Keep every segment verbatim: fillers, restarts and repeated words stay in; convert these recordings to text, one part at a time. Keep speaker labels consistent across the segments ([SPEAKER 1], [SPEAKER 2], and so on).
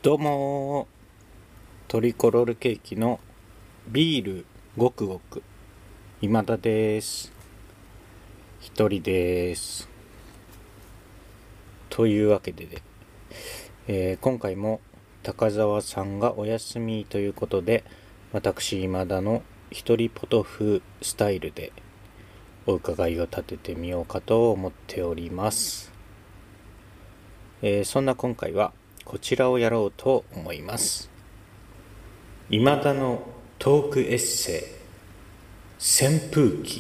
[SPEAKER 1] どうもトリコロールケーキのビールごくごく今田です。一人です。というわけで、ねえー、今回も高澤さんがお休みということで、私今田の一人ポトフスタイルでお伺いを立ててみようかと思っております。えー、そんな今回はこちらをやろうと思います。今田のトークエッセイ扇風機。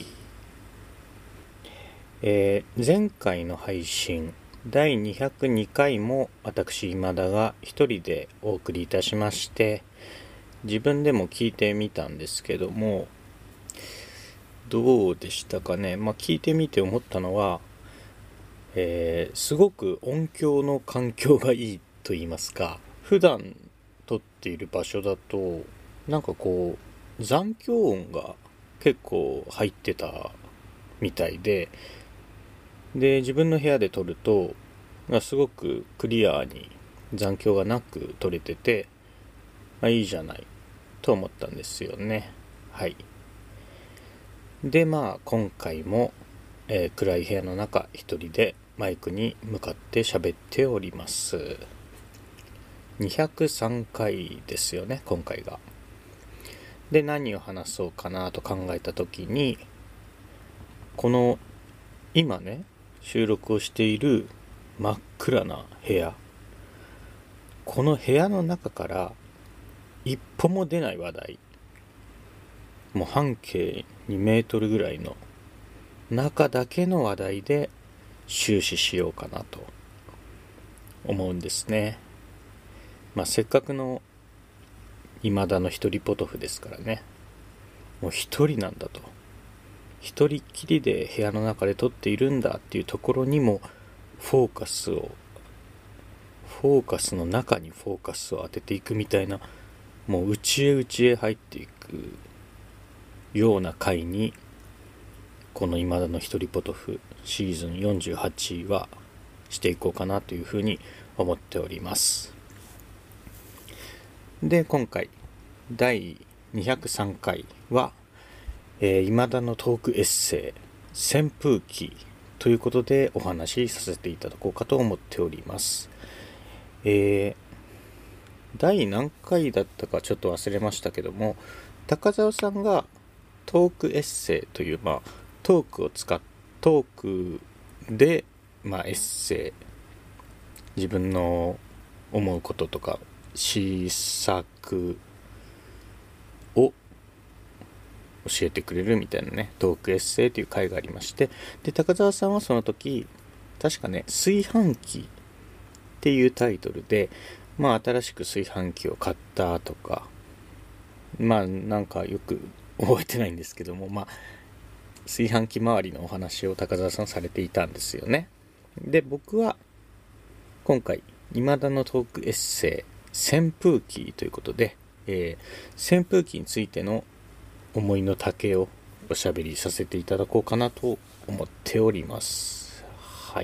[SPEAKER 1] えー、前回の配信だいにひゃくにかいも私今田が一人でお送りいたしまして、自分でも聞いてみたんですけども、どうでしたかね。まあ聞いてみて思ったのは、えー、すごく音響の環境がいいと言いますか、普段撮っている場所だとなんかこう残響音が結構入ってたみたいで、で自分の部屋で撮るとすごくクリアに残響がなく撮れてて、まあ、いいじゃないと思ったんですよね。はい。でまあ今回も、えー、暗い部屋の中一人でマイクに向かって喋っております。にひゃくさんかいですよね、今回が。で何を話そうかなと考えた時に、この今ね収録をしている真っ暗な部屋、この部屋の中から一歩も出ない話題、もう半径にメートルぐらいの中だけの話題で終始しようかなと思うんですね。まあせっかくの今田の一人ポトフですからね、もう一人なんだと、一人っきりで部屋の中で撮っているんだっていうところにもフォーカスをフォーカスの中にフォーカスを当てていくみたいな、もう内へ内へ入っていくような回に、この今田の一人ポトフシーズンよんじゅうはちはしていこうかなというふうに思っております。で今回だいにひゃくさんかいは、えー、今田のトークエッセイ扇風機ということでお話しさせていただこうかと思っております。えー、第何回だったかちょっと忘れましたけども、高澤さんがトークエッセイという、まあ、トークを使っトークで、まあ、エッセイ、自分の思うこととか思索を教えてくれるみたいなね、トークエッセイという回がありまして、で高澤さんはその時確かね炊飯器っていうタイトルで、まあ新しく炊飯器を買ったとか、まあなんかよく覚えてないんですけども、まあ炊飯器周りのお話を高澤さんされていたんですよね。で僕は今回今田のトークエッセイ扇風機ということで、えー、扇風機についての思いの丈をおしゃべりさせていただこうかなと思っております。はい。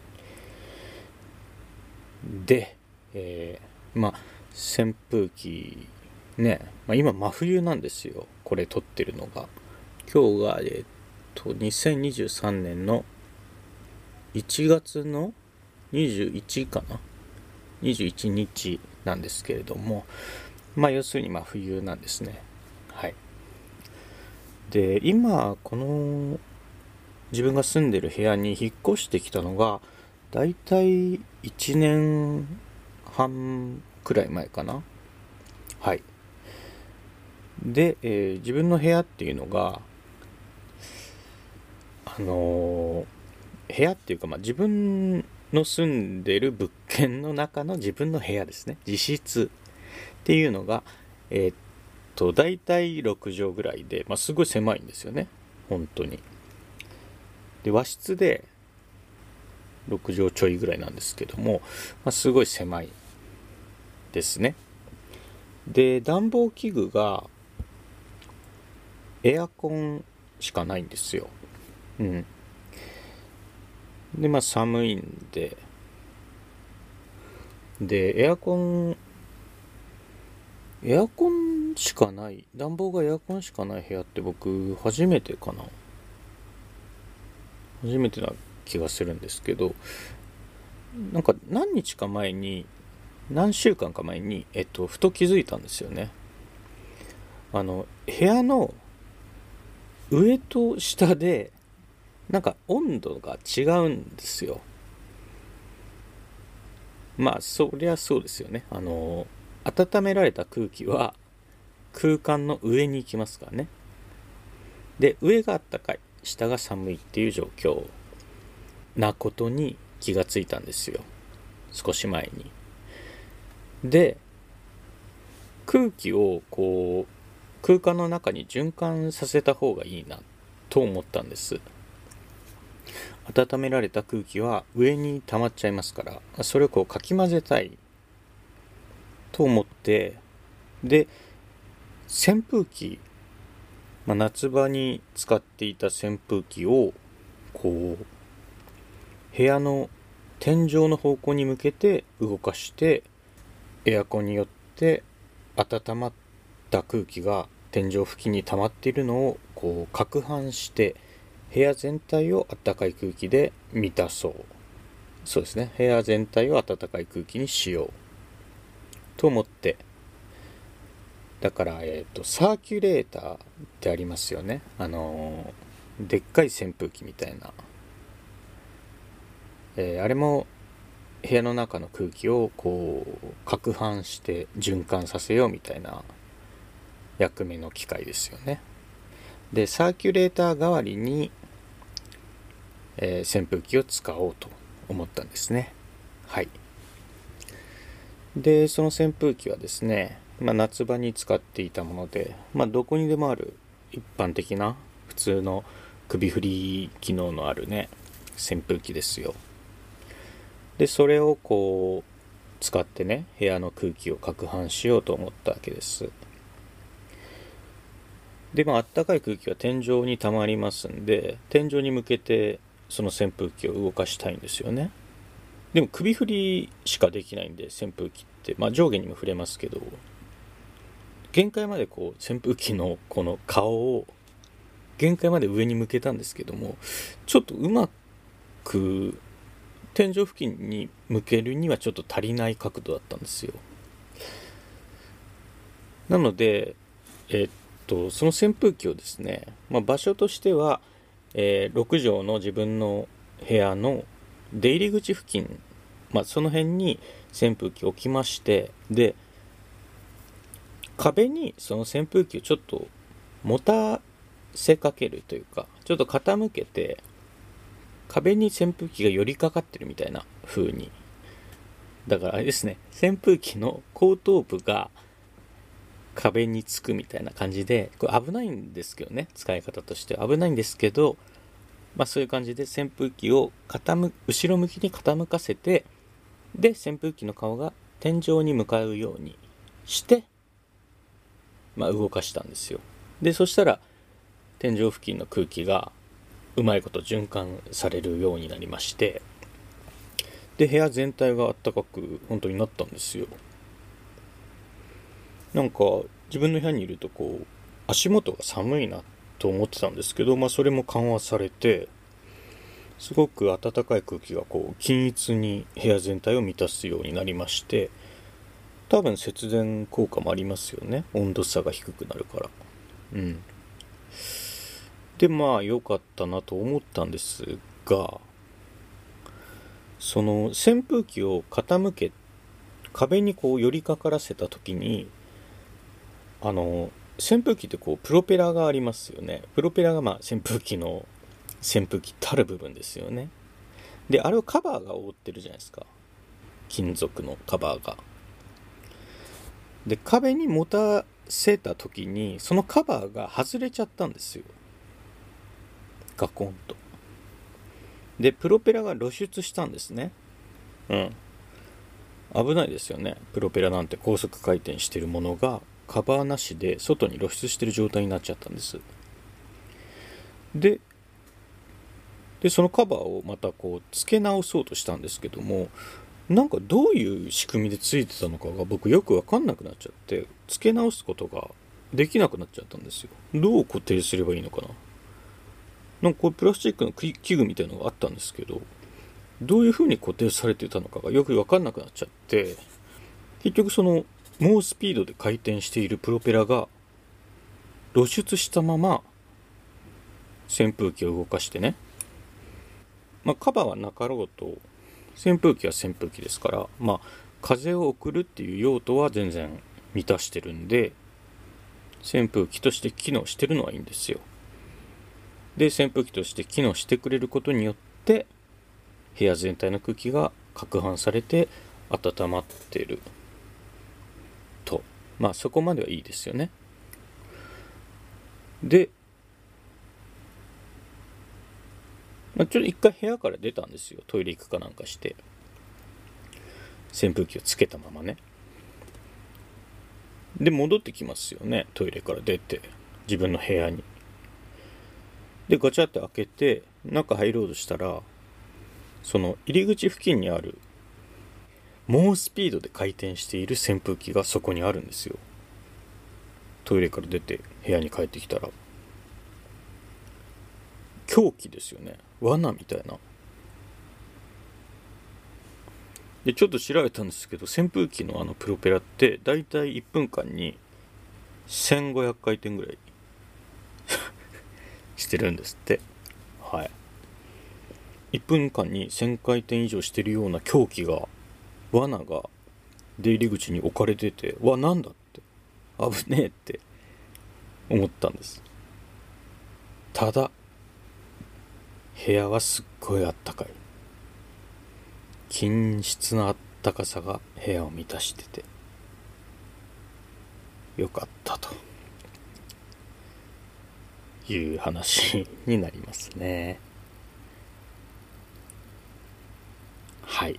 [SPEAKER 1] で、えー、まあ扇風機ね、まあ、今真冬なんですよ、これ撮ってるのが。今日がえー、っとにせんにじゅうさんねんのいちがつのにじゅういちかなにじゅういちにちなんですけれども、まあ要するに真冬なんですね。はい。で今この自分が住んでる部屋に引っ越してきたのがだいたいいちねんはんくらい前かな。はい。で、えー、自分の部屋っていうのがあのー、部屋っていうか、まあ、自分の住んでる物件の中の自分の部屋ですね、自室っていうのがえー、っとだいたいろくじょうぐらいで、まあ、すごい狭いんですよね、本当に。で和室でろくじょうちょいぐらいなんですけども、まあ、すごい狭いですね。で暖房器具がエアコンしかないんですよ。うんでまあ寒いんで、でエアコンエアコンしかない、暖房がエアコンしかない部屋って僕初めてかな。初めてな気がするんですけど、なんか何日か前に、何週間か前に、えっと、ふと気づいたんですよね。あの、部屋の上と下で、なんか温度が違うんですよ。まあ、そりゃそうですよね。あの、温められた空気は空間の上に行きますからね。で、上が暖かい、下が寒いっていう状況なことに気がついたんですよ。少し前に。で、空気をこう、空間の中に循環させた方がいいなと思ったんです。温められた空気は上に溜まっちゃいますから、それをこうかき混ぜたいと思って、で、扇風機、まあ、夏場に使っていた扇風機をこう部屋の天井の方向に向けて動かして、エアコンによって温まった空気が天井付近に溜まっているのをこう攪拌して、部屋全体を暖かい空気で満たそう。そうですね。部屋全体を暖かい空気にしようと思って、だから、えっと、サーキュレーターってありますよね。あのー、でっかい扇風機みたいな。えーあれも部屋の中の空気をこう、攪拌して循環させようみたいな役目の機械ですよね。で、サーキュレーター代わりに、えー扇風機を使おうと思ったんですね。はい。で、その扇風機はですね、まあ、夏場に使っていたもので、まあ、どこにでもある一般的な普通の首振り機能のあるね、扇風機ですよ。で、それをこう使ってね、部屋の空気を攪拌しようと思ったわけです。で、まあ、あったかい空気は天井に溜まりますんで、天井に向けてその扇風機を動かしたいんですよね。でも首振りしかできないんで、扇風機って、まあ、上下にも振れますけど、限界までこう扇風機のこの顔を限界まで上に向けたんですけども、ちょっとうまく天井付近に向けるにはちょっと足りない角度だったんですよ。なので、えっとその扇風機をですね、まあ、場所としては、えー、ろく畳の自分の部屋の出入り口付近、まあ、その辺に扇風機を置きまして、で壁にその扇風機をちょっと持たせかけるというか、ちょっと傾けて壁に扇風機が寄りかかってるみたいな風に。だからあれですね、扇風機の後頭部が壁につくみたいな感じで、これ危ないんですけどね、使い方としては危ないんですけど、まあそういう感じで扇風機を傾後ろ向きに傾かせて、で扇風機の顔が天井に向かうようにして、まあ動かしたんですよ。でそしたら天井付近の空気がうまいこと循環されるようになりまして、で部屋全体が暖かく本当になったんですよ。なんか自分の部屋にいるとこう足元が寒いなと思ってたんですけど、まあそれも緩和されて、すごく暖かい空気がこう均一に部屋全体を満たすようになりまして、多分節電効果もありますよね、温度差が低くなるから。うん。でまあ良かったなと思ったんですが、その扇風機を傾け壁にこう寄りかからせた時に、あの扇風機ってこうプロペラがありますよね。プロペラがまあ扇風機の扇風機たる部分ですよね。であれをカバーが覆ってるじゃないですか、金属のカバーが。で壁に持たせた時にそのカバーが外れちゃったんですよ、ガコンと。でプロペラが露出したんですね。うん、危ないですよね。プロペラなんて高速回転してるものがカバーなしで外に露出してる状態になっちゃったんです。ででそのカバーをまたこう付け直そうとしたんですけども、 なんかどういう仕組みでついてたのかが僕よく分かんなくなっちゃって、付け直すことができなくなっちゃったんですよ。どう固定すればいいのかな。なんかこうプラスチックの器具みたいなのがあったんですけど、どういう風に固定されてたのかがよく分かんなくなっちゃって、結局その猛スピードで回転しているプロペラが露出したまま扇風機を動かしてね、まあカバーはなかろうと扇風機は扇風機ですから、まあ風を送るっていう用途は全然満たしてるんで、扇風機として機能してるのはいいんですよ。で、扇風機として機能してくれることによって部屋全体の空気が攪拌されて温まってると、まあそこまではいいですよね。で、まあ、ちょっと一回部屋から出たんですよ。トイレ行くかなんかして扇風機をつけたままね。で戻ってきますよね。トイレから出て自分の部屋に。でガチャって開けて中入ろうとしたら、その入り口付近にある猛スピードで回転している扇風機がそこにあるんですよ。トイレから出て部屋に帰ってきたら凶器ですよね。罠みたいな。でちょっと調べたんですけど、扇風機のあのプロペラってだいたいいっぷんかんにせんごひゃくかいてんぐらいしてるんですって。はい。いっぷんかんにせんかいてん以上してるような凶器が、罠が出入り口に置かれてて、わ、なんだって、危ねえって思ったんです。ただ部屋はすっごいあったかい。均質なあったかさが部屋を満たしててよかったという話になりますね。はい。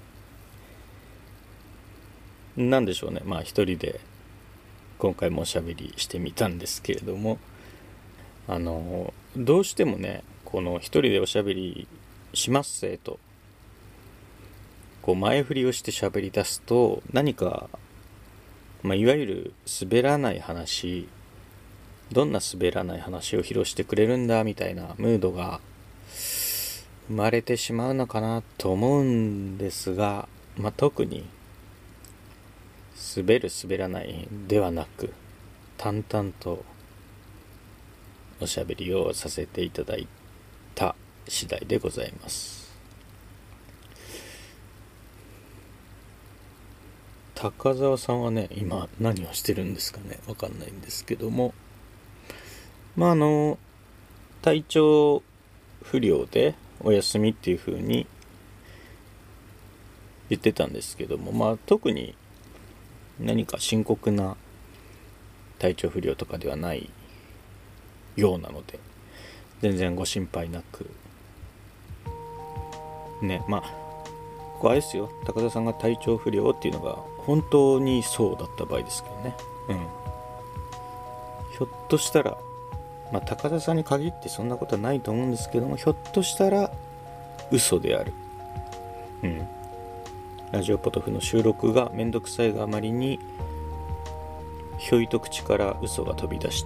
[SPEAKER 1] なんでしょうね。まあ一人で今回もおしゃべりしてみたんですけれども、あのどうしてもね、この一人でおしゃべりしますせとこう前振りをして喋り出すと、何か、まあ、いわゆる滑らない話、どんな滑らない話を披露してくれるんだみたいなムードが生まれてしまうのかなと思うんですが、まあ、特に滑る滑らないではなく、淡々とおしゃべりをさせていただいた次第でございます。高澤さんはね、今何をしてるんですかね、わかんないんですけども、まああの体調不良でお休みっていう風に言ってたんですけども、まあ特に何か深刻な体調不良とかではないようなので、全然ご心配なくね。まあこうあれですよ、高田さんが体調不良っていうのが本当にそうだった場合ですけどね。うん。ひょっとしたら、まあ高田さんに限ってそんなことはないと思うんですけども、ひょっとしたら嘘である。うん。ラジオポトフの収録がめんどくさいがあまりに、ひょいと口から嘘が飛び出した。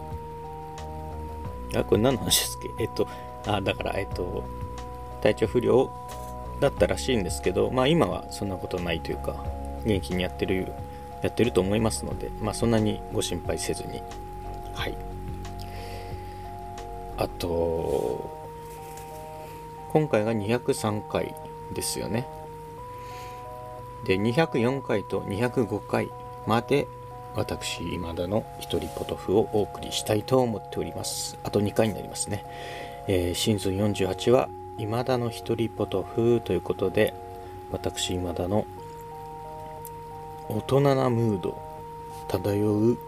[SPEAKER 1] あ、これ何の話ですっけ。えっと、あ、だからえっと体調不良だったらしいんですけど、まあ今はそんなことないというか、元気にやってるやってると思いますので、まあそんなにご心配せずに。はい。あと今回がにひゃくさんかいですよね。でにひゃくよんかいとにひゃくごかいまで私今田の一人ポトフをお送りしたいと思っております。あとにかいになりますね。えー、シーズンよんじゅうはちは今田の一人ポトフということで、私今田の大人なムード漂う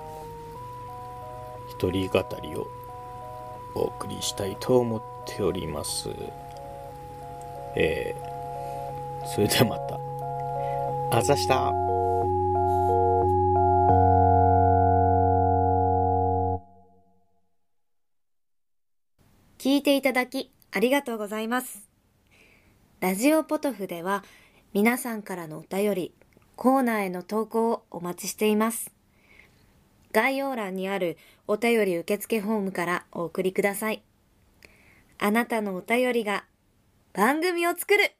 [SPEAKER 1] 一人語りをお送りしたいと思っております。えー、それではまた。あざした。
[SPEAKER 2] 聞いていただきありがとうございます。 ラジオポトフでは皆さんからのお便り、コーナーへの投稿をお待ちしています。概要欄にあるお便り受付フォームからお送りください。あなたのお便りが番組を作る